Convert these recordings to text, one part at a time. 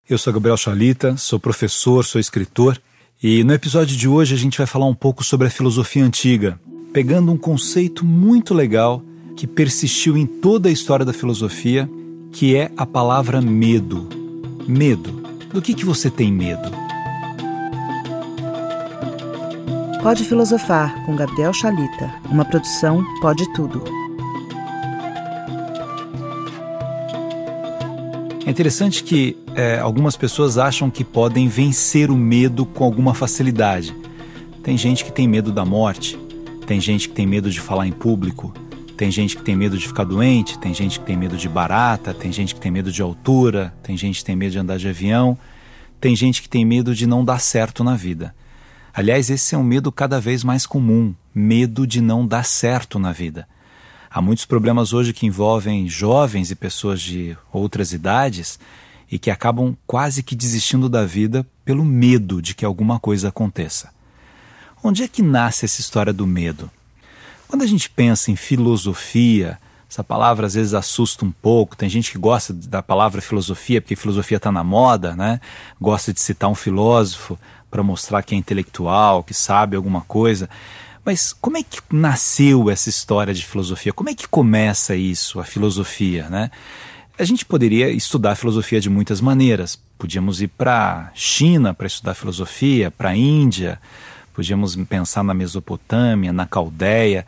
Eu sou Gabriel Chalita, sou professor, sou escritor e no episódio de hoje a gente vai falar um pouco sobre a filosofia antiga, pegando um conceito muito legal que persistiu em toda a história da filosofia, que é a palavra medo. Medo. Do que você tem medo? Pode Filosofar, com Gabriel Chalita, uma produção Pode Tudo. É interessante que algumas pessoas acham que podem vencer o medo com alguma facilidade. Tem gente que tem medo da morte, tem gente que tem medo de falar em público, tem gente que tem medo de ficar doente, tem gente que tem medo de barata, tem gente que tem medo de altura, tem gente que tem medo de andar de avião, tem gente que tem medo de não dar certo na vida. Aliás, esse é um medo cada vez mais comum, medo de não dar certo na vida. Há muitos problemas hoje que envolvem jovens e pessoas de outras idades e que acabam quase que desistindo da vida pelo medo de que alguma coisa aconteça. Onde é que nasce essa história do medo? Quando a gente pensa em filosofia, essa palavra às vezes assusta um pouco, tem gente que gosta da palavra filosofia porque filosofia está na moda, né? Gosta de citar um filósofo para mostrar que é intelectual, que sabe alguma coisa. Mas como é que nasceu essa história de filosofia? Como é que começa isso, a filosofia, né? A gente poderia estudar filosofia de muitas maneiras. Podíamos ir para a China para estudar filosofia, para a Índia, podíamos pensar na Mesopotâmia, na Caldeia,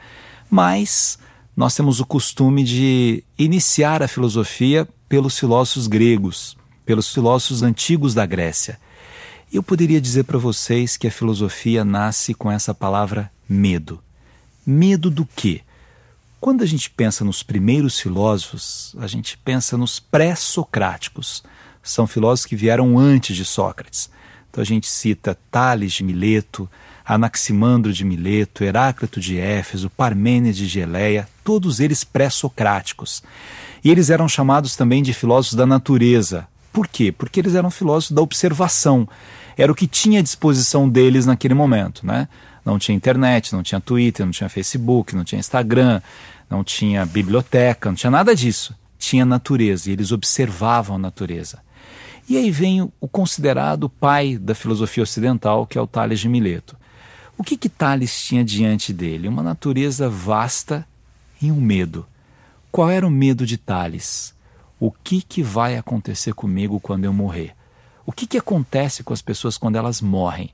mas nós temos o costume de iniciar a filosofia pelos filósofos gregos, pelos filósofos antigos da Grécia. Eu poderia dizer para vocês que a filosofia nasce com essa palavra medo. Medo do quê? Quando a gente pensa nos primeiros filósofos, a gente pensa nos pré-socráticos. São filósofos que vieram antes de Sócrates. Então a gente cita Tales de Mileto, Anaximandro de Mileto, Heráclito de Éfeso, Parmênides de Eleia, todos eles pré-socráticos. E eles eram chamados também de filósofos da natureza. Por quê? Porque eles eram filósofos da observação. Era o que tinha à disposição deles naquele momento, né? Não tinha internet, não tinha Twitter, não tinha Facebook, não tinha Instagram, não tinha biblioteca, não tinha nada disso. Tinha natureza e eles observavam a natureza. E aí vem o considerado pai da filosofia ocidental, que é o Tales de Mileto. O que Tales tinha diante dele? Uma natureza vasta e um medo. Qual era o medo de Tales? O que vai acontecer comigo quando eu morrer? O que acontece com as pessoas quando elas morrem?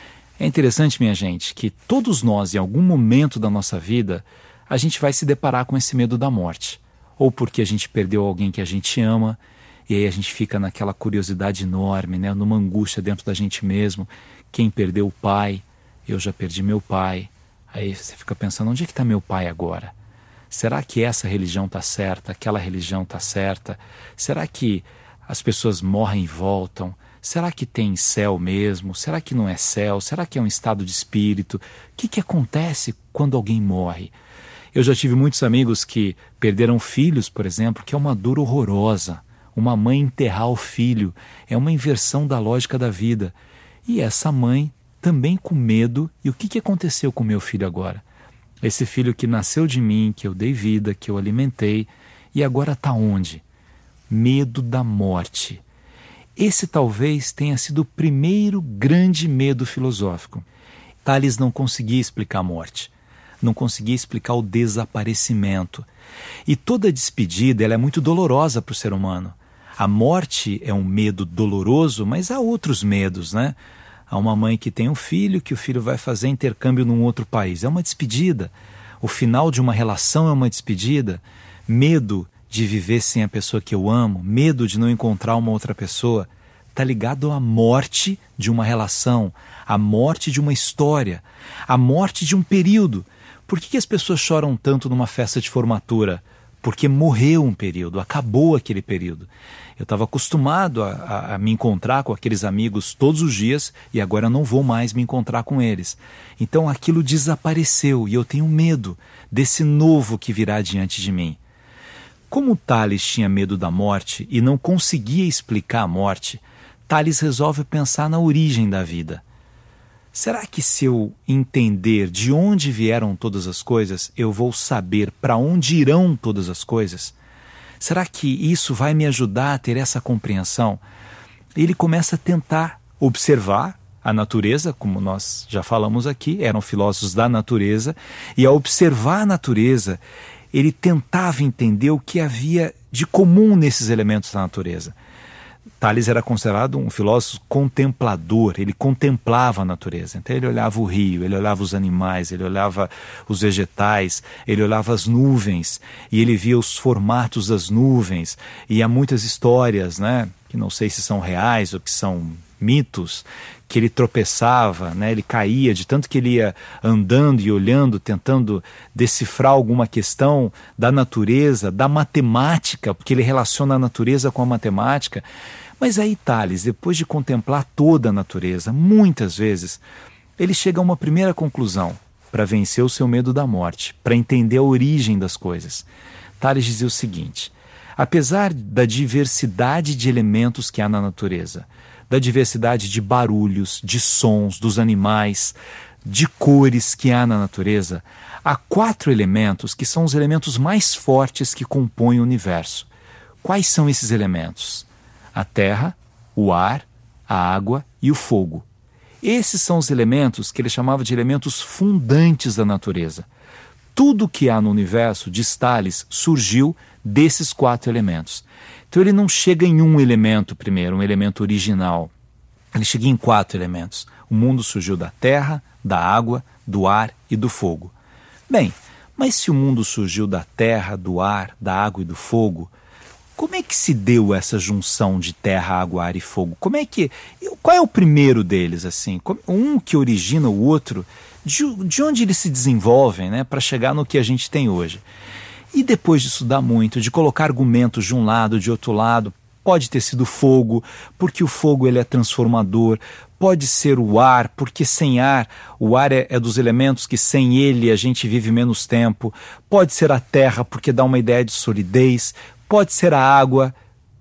É interessante, minha gente, que todos nós, em algum momento da nossa vida, a gente vai se deparar com esse medo da morte. Ou porque a gente perdeu alguém que a gente ama, e aí a gente fica naquela curiosidade enorme, né? Numa angústia dentro da gente mesmo. Quem perdeu o pai? Eu já perdi meu pai. Aí você fica pensando, onde é que está meu pai agora? Será que essa religião está certa? Aquela religião está certa? Será que as pessoas morrem e voltam? Será que tem céu mesmo? Será que não é céu? Será que é um estado de espírito? O que acontece quando alguém morre? Eu já tive muitos amigos que perderam filhos, por exemplo, que é uma dor horrorosa. Uma mãe enterrar o filho é uma inversão da lógica da vida. E essa mãe também com medo. E o que aconteceu com meu filho agora? Esse filho que nasceu de mim, que eu dei vida, que eu alimentei, e agora está onde? Medo da morte. Esse talvez tenha sido o primeiro grande medo filosófico. Tales não conseguia explicar a morte, não conseguia explicar o desaparecimento. E toda despedida ela é muito dolorosa para o ser humano. A morte é um medo doloroso, mas há outros medos, né? Há uma mãe que tem um filho, que o filho vai fazer intercâmbio num outro país. É uma despedida. O final de uma relação é uma despedida. Medo de viver sem a pessoa que eu amo, medo de não encontrar uma outra pessoa, está ligado à morte de uma relação, à morte de uma história, à morte de um período. Por que as pessoas choram tanto numa festa de formatura? Porque morreu um período, acabou aquele período. Eu estava acostumado a me encontrar com aqueles amigos todos os dias e agora eu não vou mais me encontrar com eles. Então aquilo desapareceu e eu tenho medo desse novo que virá diante de mim. Como Tales tinha medo da morte e não conseguia explicar a morte, Tales resolve pensar na origem da vida. Será que se eu entender de onde vieram todas as coisas, eu vou saber para onde irão todas as coisas? Será que isso vai me ajudar a ter essa compreensão? Ele começa a tentar observar a natureza, como nós já falamos aqui, eram filósofos da natureza, e ao observar a natureza, ele tentava entender o que havia de comum nesses elementos da natureza. Tales era considerado um filósofo contemplador, ele contemplava a natureza. Então ele olhava o rio, ele olhava os animais, ele olhava os vegetais, ele olhava as nuvens, e ele via os formatos das nuvens, e há muitas histórias, né, que não sei se são reais ou que são mitos, que ele tropeçava, né, ele caía de tanto que ele ia andando e olhando, tentando decifrar alguma questão da natureza, da matemática, porque ele relaciona a natureza com a matemática. Mas aí Tales, depois de contemplar toda a natureza, muitas vezes, ele chega a uma primeira conclusão para vencer o seu medo da morte, para entender a origem das coisas. Tales dizia o seguinte: apesar da diversidade de elementos que há na natureza, da diversidade de barulhos, de sons, dos animais, de cores que há na natureza, há 4 elementos que são os elementos mais fortes que compõem o universo. Quais são esses elementos? A terra, o ar, a água e o fogo. Esses são os elementos que ele chamava de elementos fundantes da natureza. Tudo que há no universo, diz Tales, surgiu desses 4 elementos. Então ele não chega em um elemento primeiro, um elemento original. Ele chega em 4 elementos. O mundo surgiu da terra, da água, do ar e do fogo. Bem, mas se o mundo surgiu da terra, do ar, da água e do fogo, como é que se deu essa junção de terra, água, ar e fogo? Qual é o primeiro deles, assim? Um que origina o outro, de onde eles se desenvolvem, né, para chegar no que a gente tem hoje? E depois de estudar muito, de colocar argumentos de um lado, de outro lado, pode ter sido fogo, porque o fogo ele é transformador, pode ser o ar, porque sem ar, o ar é dos elementos que sem ele a gente vive menos tempo, pode ser a terra, porque dá uma ideia de solidez, pode ser a água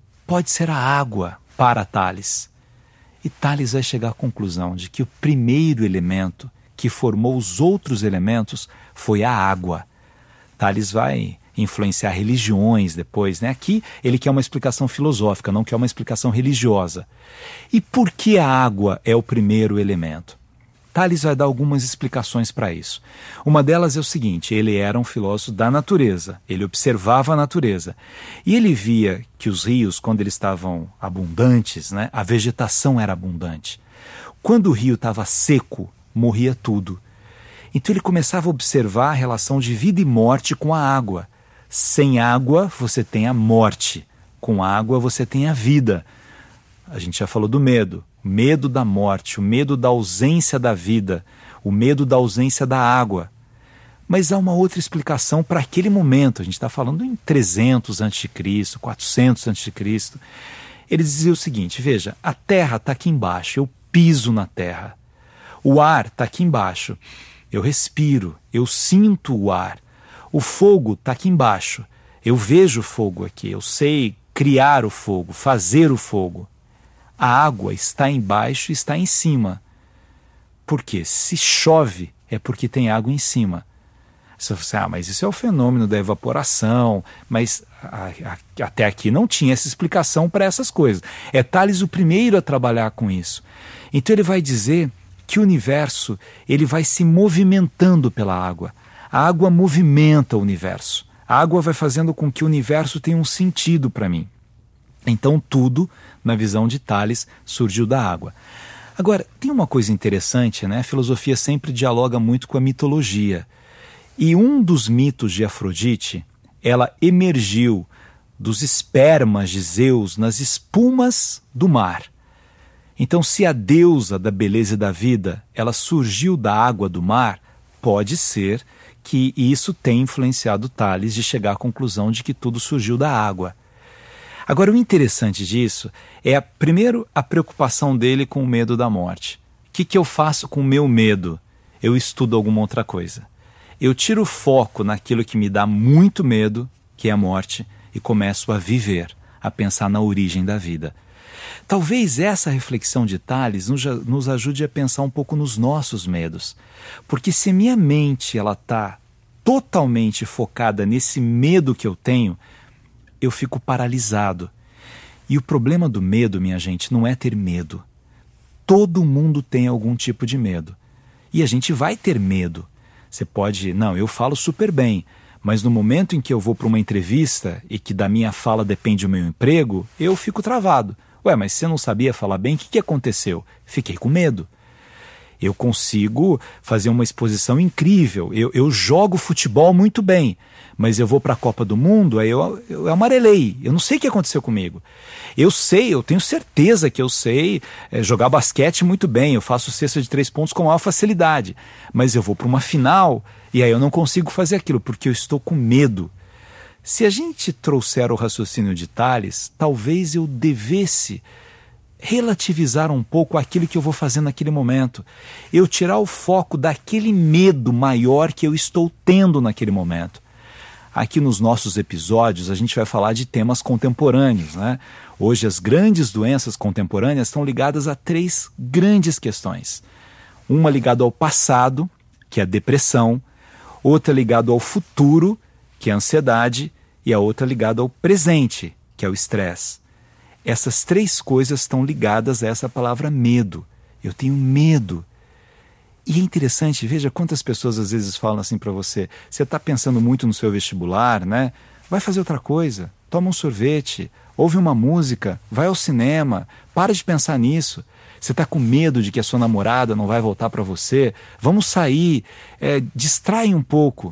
para Tales. E Tales vai chegar à conclusão de que o primeiro elemento que formou os outros elementos foi a água. Tales vai influenciar religiões depois, né? Aqui ele quer uma explicação filosófica, não quer uma explicação religiosa. E por que a água é o primeiro elemento? Tales vai dar algumas explicações para isso. Uma delas é o seguinte: ele era um filósofo da natureza, ele observava a natureza. E ele via que os rios, quando eles estavam abundantes, né, a vegetação era abundante. Quando o rio estava seco, morria tudo. Então ele começava a observar a relação de vida e morte com a água. Sem água você tem a morte, com água você tem a vida. A gente já falou do medo, o medo da morte, o medo da ausência da vida, o medo da ausência da água. Mas há uma outra explicação para aquele momento. A gente está falando em 300 a.C., 400 a.C. Ele dizia o seguinte: veja, a terra está aqui embaixo, eu piso na terra. O ar está aqui embaixo, eu respiro, eu sinto o ar. O fogo está aqui embaixo, eu vejo o fogo aqui, eu sei criar o fogo, fazer o fogo. A água está embaixo e está em cima. Por quê? Se chove, é porque tem água em cima. Você fala assim, mas isso é o fenômeno da evaporação, mas até aqui não tinha essa explicação para essas coisas. É Tales o primeiro a trabalhar com isso. Então ele vai dizer que o universo ele vai se movimentando pela água. A água movimenta o universo. A água vai fazendo com que o universo tenha um sentido para mim. Então tudo, na visão de Tales, surgiu da água. Agora, tem uma coisa interessante, né? A filosofia sempre dialoga muito com a mitologia. E um dos mitos de Afrodite, ela emergiu dos espermas de Zeus nas espumas do mar. Então, se a deusa da beleza e da vida, ela surgiu da água do mar, pode ser que isso tenha influenciado Tales de chegar à conclusão de que tudo surgiu da água. Agora, o interessante disso é, primeiro, a preocupação dele com o medo da morte. O que eu faço com o meu medo? Eu estudo alguma outra coisa. Eu tiro o foco naquilo que me dá muito medo, que é a morte, e começo a viver, a pensar na origem da vida. Talvez essa reflexão de Tales nos ajude a pensar um pouco nos nossos medos. Porque se minha mente está totalmente focada nesse medo que eu tenho, eu fico paralisado. E o problema do medo, minha gente, não é ter medo. Todo mundo tem algum tipo de medo. E a gente vai ter medo. Você pode... Não, eu falo super bem, mas no momento em que eu vou para uma entrevista e que da minha fala depende o meu emprego, eu fico travado. Ué, mas você não sabia falar bem? O que aconteceu? Fiquei com medo. Eu consigo fazer uma exposição incrível. Eu jogo futebol muito bem, mas eu vou para a Copa do Mundo, aí eu amarelei. Eu não sei o que aconteceu comigo. Eu tenho certeza que eu sei jogar basquete muito bem. Eu faço cesta de 3 pontos com maior facilidade. Mas eu vou para uma final e aí eu não consigo fazer aquilo, porque eu estou com medo. Se a gente trouxer o raciocínio de Tales, talvez eu devesse relativizar um pouco aquilo que eu vou fazer naquele momento. Eu tirar o foco daquele medo maior que eu estou tendo naquele momento. Aqui nos nossos episódios a gente vai falar de temas contemporâneos, né? Hoje as grandes doenças contemporâneas estão ligadas a 3 grandes questões. Uma ligada ao passado, que é a depressão, outra ligada ao futuro, que é a ansiedade, e a outra ligada ao presente, que é o estresse. Essas 3 coisas estão ligadas a essa palavra medo. Eu tenho medo. E é interessante, veja quantas pessoas às vezes falam assim para você: você está pensando muito no seu vestibular, né? Vai fazer outra coisa, toma um sorvete, ouve uma música, vai ao cinema, para de pensar nisso. Você está com medo de que a sua namorada não vai voltar para você? Vamos sair, distrai um pouco.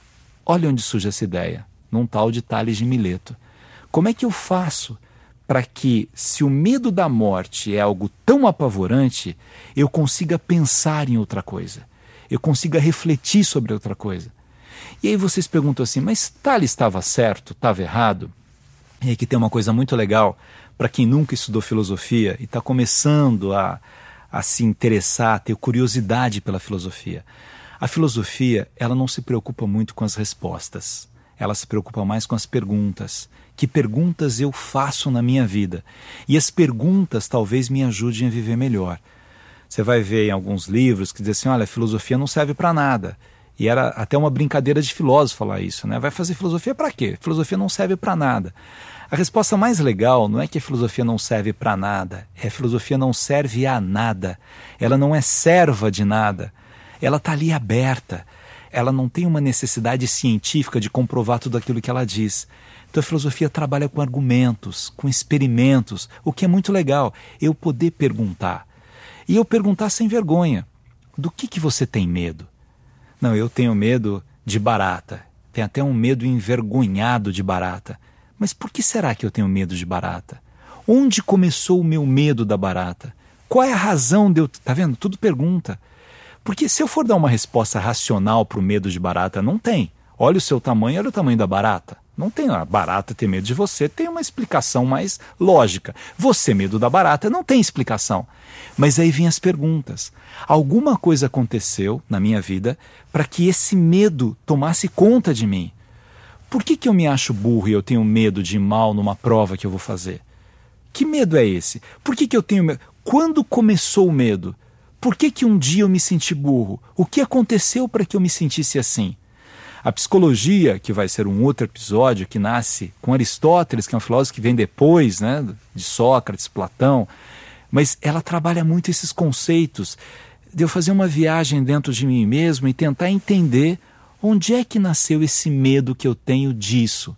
Olha onde surge essa ideia, num tal de Tales de Mileto. Como é que eu faço para que, se o medo da morte é algo tão apavorante, eu consiga pensar em outra coisa, eu consiga refletir sobre outra coisa? E aí vocês perguntam assim, mas Tales estava certo, estava errado? E aqui tem uma coisa muito legal para quem nunca estudou filosofia e está começando a se interessar, a ter curiosidade pela filosofia. A filosofia, ela não se preocupa muito com as respostas, ela se preocupa mais com as perguntas. Que perguntas eu faço na minha vida? E as perguntas talvez me ajudem a viver melhor. Você vai ver em alguns livros que dizem assim, olha, a filosofia não serve para nada. E era até uma brincadeira de filósofo falar isso, né? Vai fazer filosofia para quê? Filosofia não serve para nada. A resposta mais legal não é que a filosofia não serve para nada, a filosofia não serve a nada. Ela não é serva de nada. Ela está ali aberta. Ela não tem uma necessidade científica de comprovar tudo aquilo que ela diz. Então a filosofia trabalha com argumentos, com experimentos, o que é muito legal, eu poder perguntar. E eu perguntar sem vergonha. Do que você tem medo? Não, eu tenho medo de barata. Tem até um medo envergonhado de barata. Mas por que será que eu tenho medo de barata? Onde começou o meu medo da barata? Qual é a razão de eu... Tá vendo? Tudo pergunta. Porque se eu for dar uma resposta racional para o medo de barata, não tem. Olha o seu tamanho, olha o tamanho da barata. Não tem a barata ter medo de você, tem uma explicação mais lógica. Você, medo da barata, não tem explicação. Mas aí vem as perguntas. Alguma coisa aconteceu na minha vida para que esse medo tomasse conta de mim. Por que eu me acho burro e eu tenho medo de ir mal numa prova que eu vou fazer? Que medo é esse? Por que eu tenho medo? Quando começou o medo? Por que um dia eu me senti burro? O que aconteceu para que eu me sentisse assim? A psicologia, que vai ser um outro episódio, que nasce com Aristóteles, que é um filósofo que vem depois, né, de Sócrates, Platão, mas ela trabalha muito esses conceitos de eu fazer uma viagem dentro de mim mesmo e tentar entender onde é que nasceu esse medo que eu tenho disso.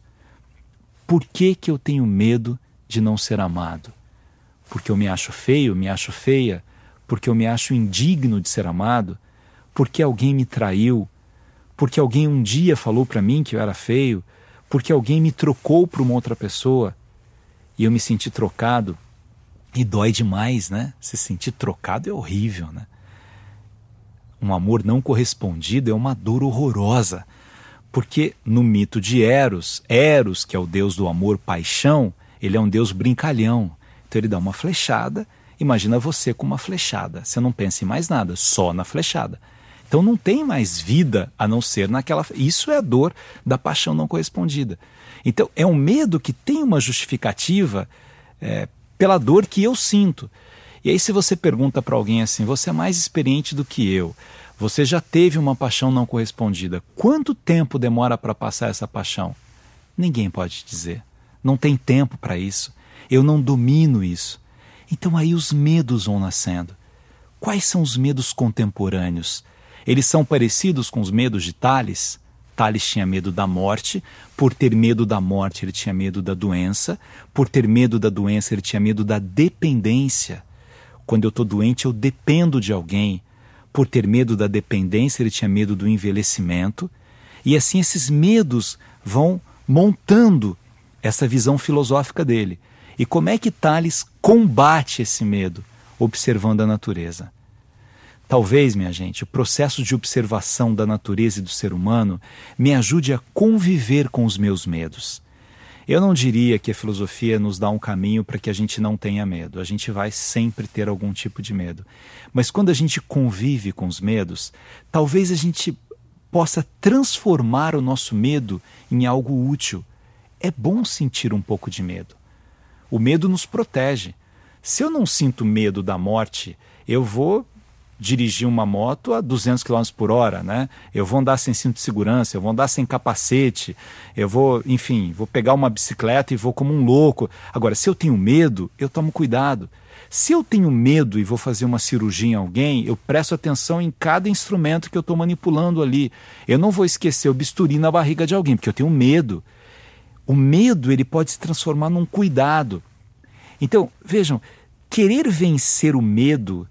Por que eu tenho medo de não ser amado? Porque eu me acho feio, me acho feia? Porque eu me acho indigno de ser amado? Porque alguém me traiu? Porque alguém um dia falou para mim que eu era feio? Porque alguém me trocou por uma outra pessoa? E eu me senti trocado? E dói demais, né? Se sentir trocado é horrível, né? Um amor não correspondido é uma dor horrorosa. Porque no mito de Eros, que é o deus do amor, paixão, ele é um deus brincalhão. Então ele dá uma flechada, imagina você com uma flechada. Você não pensa em mais nada, só na flechada. Então não tem mais vida a não ser naquela... Isso é a dor da paixão não correspondida. Então é um medo que tem uma justificativa pela dor que eu sinto. E aí se você pergunta para alguém assim, você é mais experiente do que eu, você já teve uma paixão não correspondida, quanto tempo demora para passar essa paixão? Ninguém pode dizer. Não tem tempo para isso. eu não domino isso. Então aí os medos vão nascendo. Quais são os medos contemporâneos? Eles são parecidos com os medos de Tales? Tales tinha medo da morte, por ter medo da morte ele tinha medo da doença, por ter medo da doença ele tinha medo da dependência. Quando eu estou doente eu dependo de alguém. Por ter medo da dependência ele tinha medo do envelhecimento. E assim esses medos vão montando essa visão filosófica dele. E como é que Tales combate esse medo? Observando a natureza. Talvez, minha gente, o processo de observação da natureza e do ser humano me ajude a conviver com os meus medos. Eu não diria que a filosofia nos dá um caminho para que a gente não tenha medo. A gente vai sempre ter algum tipo de medo. Mas quando a gente convive com os medos, talvez a gente possa transformar o nosso medo em algo útil. É bom sentir um pouco de medo. O medo nos protege. Se eu não sinto medo da morte, eu vou dirigir uma moto a 200 km por hora, né? Eu vou andar sem cinto de segurança, eu vou andar sem capacete, eu vou, enfim, vou pegar uma bicicleta e vou como um louco. Agora, se eu tenho medo, eu tomo cuidado. Se eu tenho medo e vou fazer uma cirurgia em alguém, eu presto atenção em cada instrumento que eu estou manipulando ali. Eu não vou esquecer o bisturi na barriga de alguém, porque eu tenho medo. O medo, ele pode se transformar num cuidado. Então, vejam, querer vencer o medo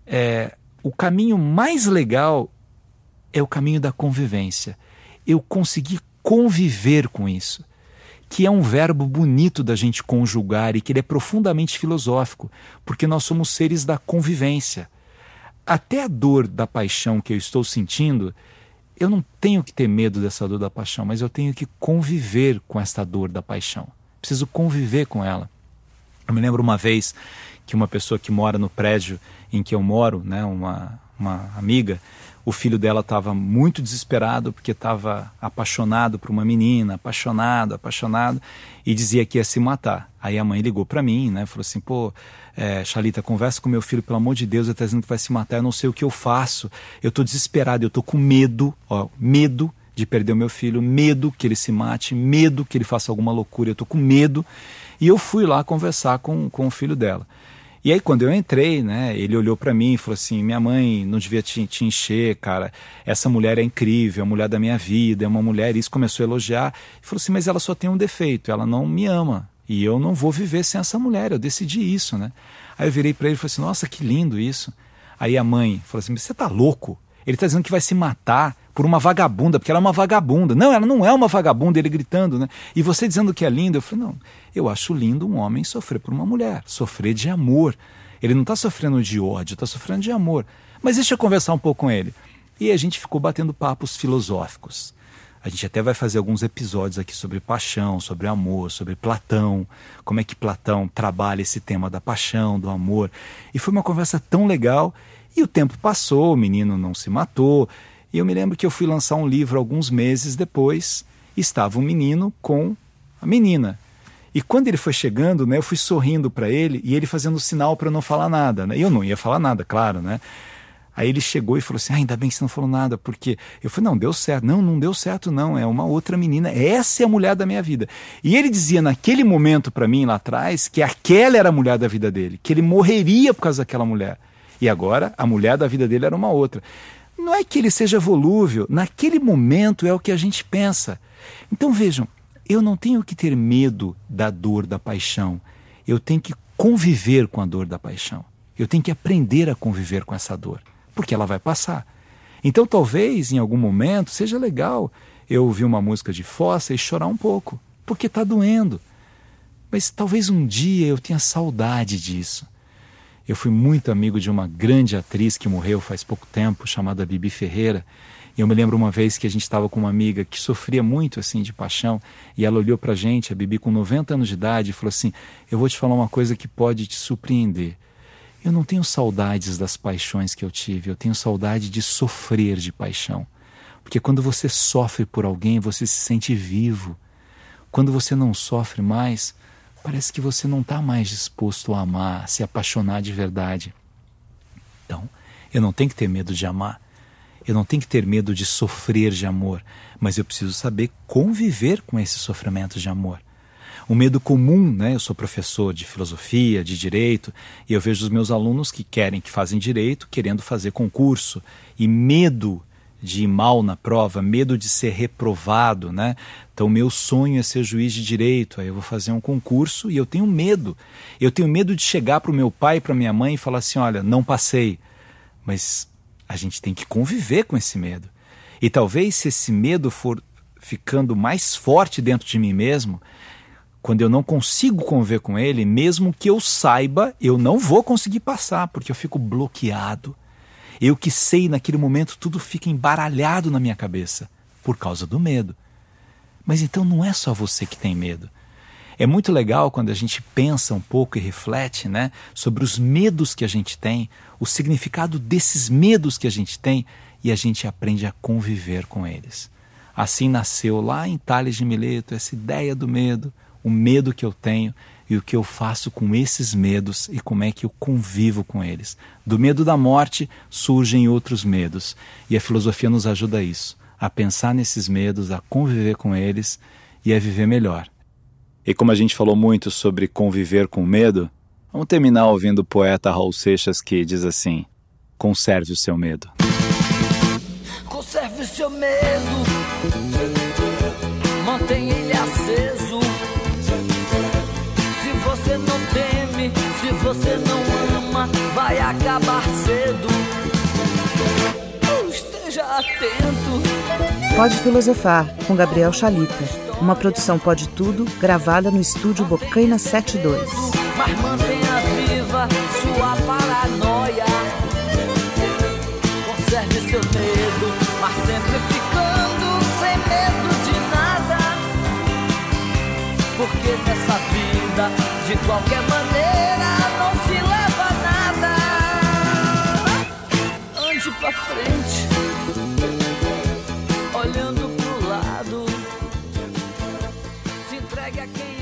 o caminho mais legal é o caminho da convivência. Eu consegui conviver com isso, que é um verbo bonito da gente conjugar e que ele é profundamente filosófico, porque nós somos seres da convivência. Até a dor da paixão que eu estou sentindo, eu não tenho que ter medo dessa dor da paixão, mas eu tenho que conviver com essa dor da paixão. Preciso conviver com ela. Eu me lembro uma vez que uma pessoa que mora no prédio em que eu moro, né, uma amiga, o filho dela estava muito desesperado porque estava apaixonado por uma menina, apaixonado, e dizia que ia se matar. Aí a mãe ligou para mim, né, falou assim, Xalita, conversa com meu filho, pelo amor de Deus, ele está dizendo que vai se matar, eu não sei o que eu faço, eu estou desesperado, eu estou com medo, medo de perder o meu filho, medo que ele se mate, medo que ele faça alguma loucura, eu estou com medo. E eu fui lá conversar com o filho dela. E aí quando eu entrei, né, ele olhou para mim e falou assim, minha mãe não devia te encher, cara, essa mulher é incrível, é a mulher da minha vida, é uma mulher, e isso começou a elogiar. E falou assim, mas ela só tem um defeito, ela não me ama, e eu não vou viver sem essa mulher, eu decidi isso, né. Aí eu virei para ele e falei assim, nossa, que lindo isso. Aí a mãe falou assim, você tá louco? Ele está dizendo que vai se matar por uma vagabunda, porque ela é uma vagabunda. Não, ela não é uma vagabunda, ele gritando, né? E você dizendo que é lindo, eu falei, não, eu acho lindo um homem sofrer por uma mulher, sofrer de amor. Ele não está sofrendo de ódio, está sofrendo de amor. Mas deixa eu conversar um pouco com ele. E a gente ficou batendo papos filosóficos. A gente até vai fazer alguns episódios aqui sobre paixão, sobre amor, sobre Platão, como é que Platão trabalha esse tema da paixão, do amor. E foi uma conversa tão legal. E o tempo passou, o menino não se matou. E eu me lembro que eu fui lançar um livro alguns meses depois, e estava um menino com a menina. E quando ele foi chegando, né, eu fui sorrindo para ele e ele fazendo sinal para eu não falar nada. Né? E eu não ia falar nada, claro, né? Aí ele chegou e falou assim, ainda bem que você não falou nada, porque... Eu falei, não, deu certo. Não deu certo não, é uma outra menina, essa é a mulher da minha vida. E ele dizia naquele momento para mim lá atrás que aquela era a mulher da vida dele, que ele morreria por causa daquela mulher. E agora a mulher da vida dele era uma outra. Não é que ele seja volúvel, naquele momento é o que a gente pensa. Então vejam, eu não tenho que ter medo da dor da paixão, eu tenho que conviver com a dor da paixão. Eu tenho que aprender a conviver com essa dor, porque ela vai passar. Então talvez em algum momento seja legal eu ouvir uma música de fossa e chorar um pouco, porque está doendo. Mas talvez um dia eu tenha saudade disso. Eu fui muito amigo de uma grande atriz que morreu faz pouco tempo, chamada Bibi Ferreira. E eu me lembro uma vez que a gente estava com uma amiga que sofria muito assim de paixão, e ela olhou para a gente, a Bibi com 90 anos de idade, e falou assim, eu vou te falar uma coisa que pode te surpreender. Eu não tenho saudades das paixões que eu tive, eu tenho saudade de sofrer de paixão. Porque quando você sofre por alguém, você se sente vivo. Quando você não sofre mais, parece que você não está mais disposto a amar, a se apaixonar de verdade. Então, eu não tenho que ter medo de amar. Eu não tenho que ter medo de sofrer de amor. Mas eu preciso saber conviver com esses sofrimentos de amor. Um medo comum, né? Eu sou professor de filosofia, de direito, e eu vejo os meus alunos que fazem direito, querendo fazer concurso, e medo de ir mal na prova, medo de ser reprovado, né? Então o meu sonho é ser juiz de direito, aí eu vou fazer um concurso e eu tenho medo. Eu tenho medo de chegar para o meu pai e para minha mãe e falar assim, olha, não passei. Mas a gente tem que conviver com esse medo. E talvez se esse medo for ficando mais forte dentro de mim mesmo, quando eu não consigo conviver com ele, mesmo que eu saiba, eu não vou conseguir passar, porque eu fico bloqueado. Eu que sei, naquele momento, tudo fica embaralhado na minha cabeça, por causa do medo. Mas então não é só você que tem medo. É muito legal quando a gente pensa um pouco e reflete, né, sobre os medos que a gente tem, o significado desses medos que a gente tem, e a gente aprende a conviver com eles. Assim nasceu lá em Tales de Mileto essa ideia do medo, o medo que eu tenho e o que eu faço com esses medos e como é que eu convivo com eles. Do medo da morte surgem outros medos e a filosofia nos ajuda a isso, a pensar nesses medos, a conviver com eles e a viver melhor. E como a gente falou muito sobre conviver com medo, vamos terminar ouvindo o poeta Raul Seixas que diz assim: conserve o seu medo. Conserve o seu medo, mantenha ele aceso. Se você não teme, se você não ama, vai acabar cedo. Esteja atento. Pode Filosofar, com Gabriel Chalitha. Uma produção Pode Tudo, gravada no estúdio Bocaina 72. Mas mantenha viva sua paranoia. Conserve seu medo, mas sempre ficando sem medo de nada. Porque nessa vida, de qualquer maneira, não se leva nada. Ande pra frente, olhando pro lado. Se entregue a quem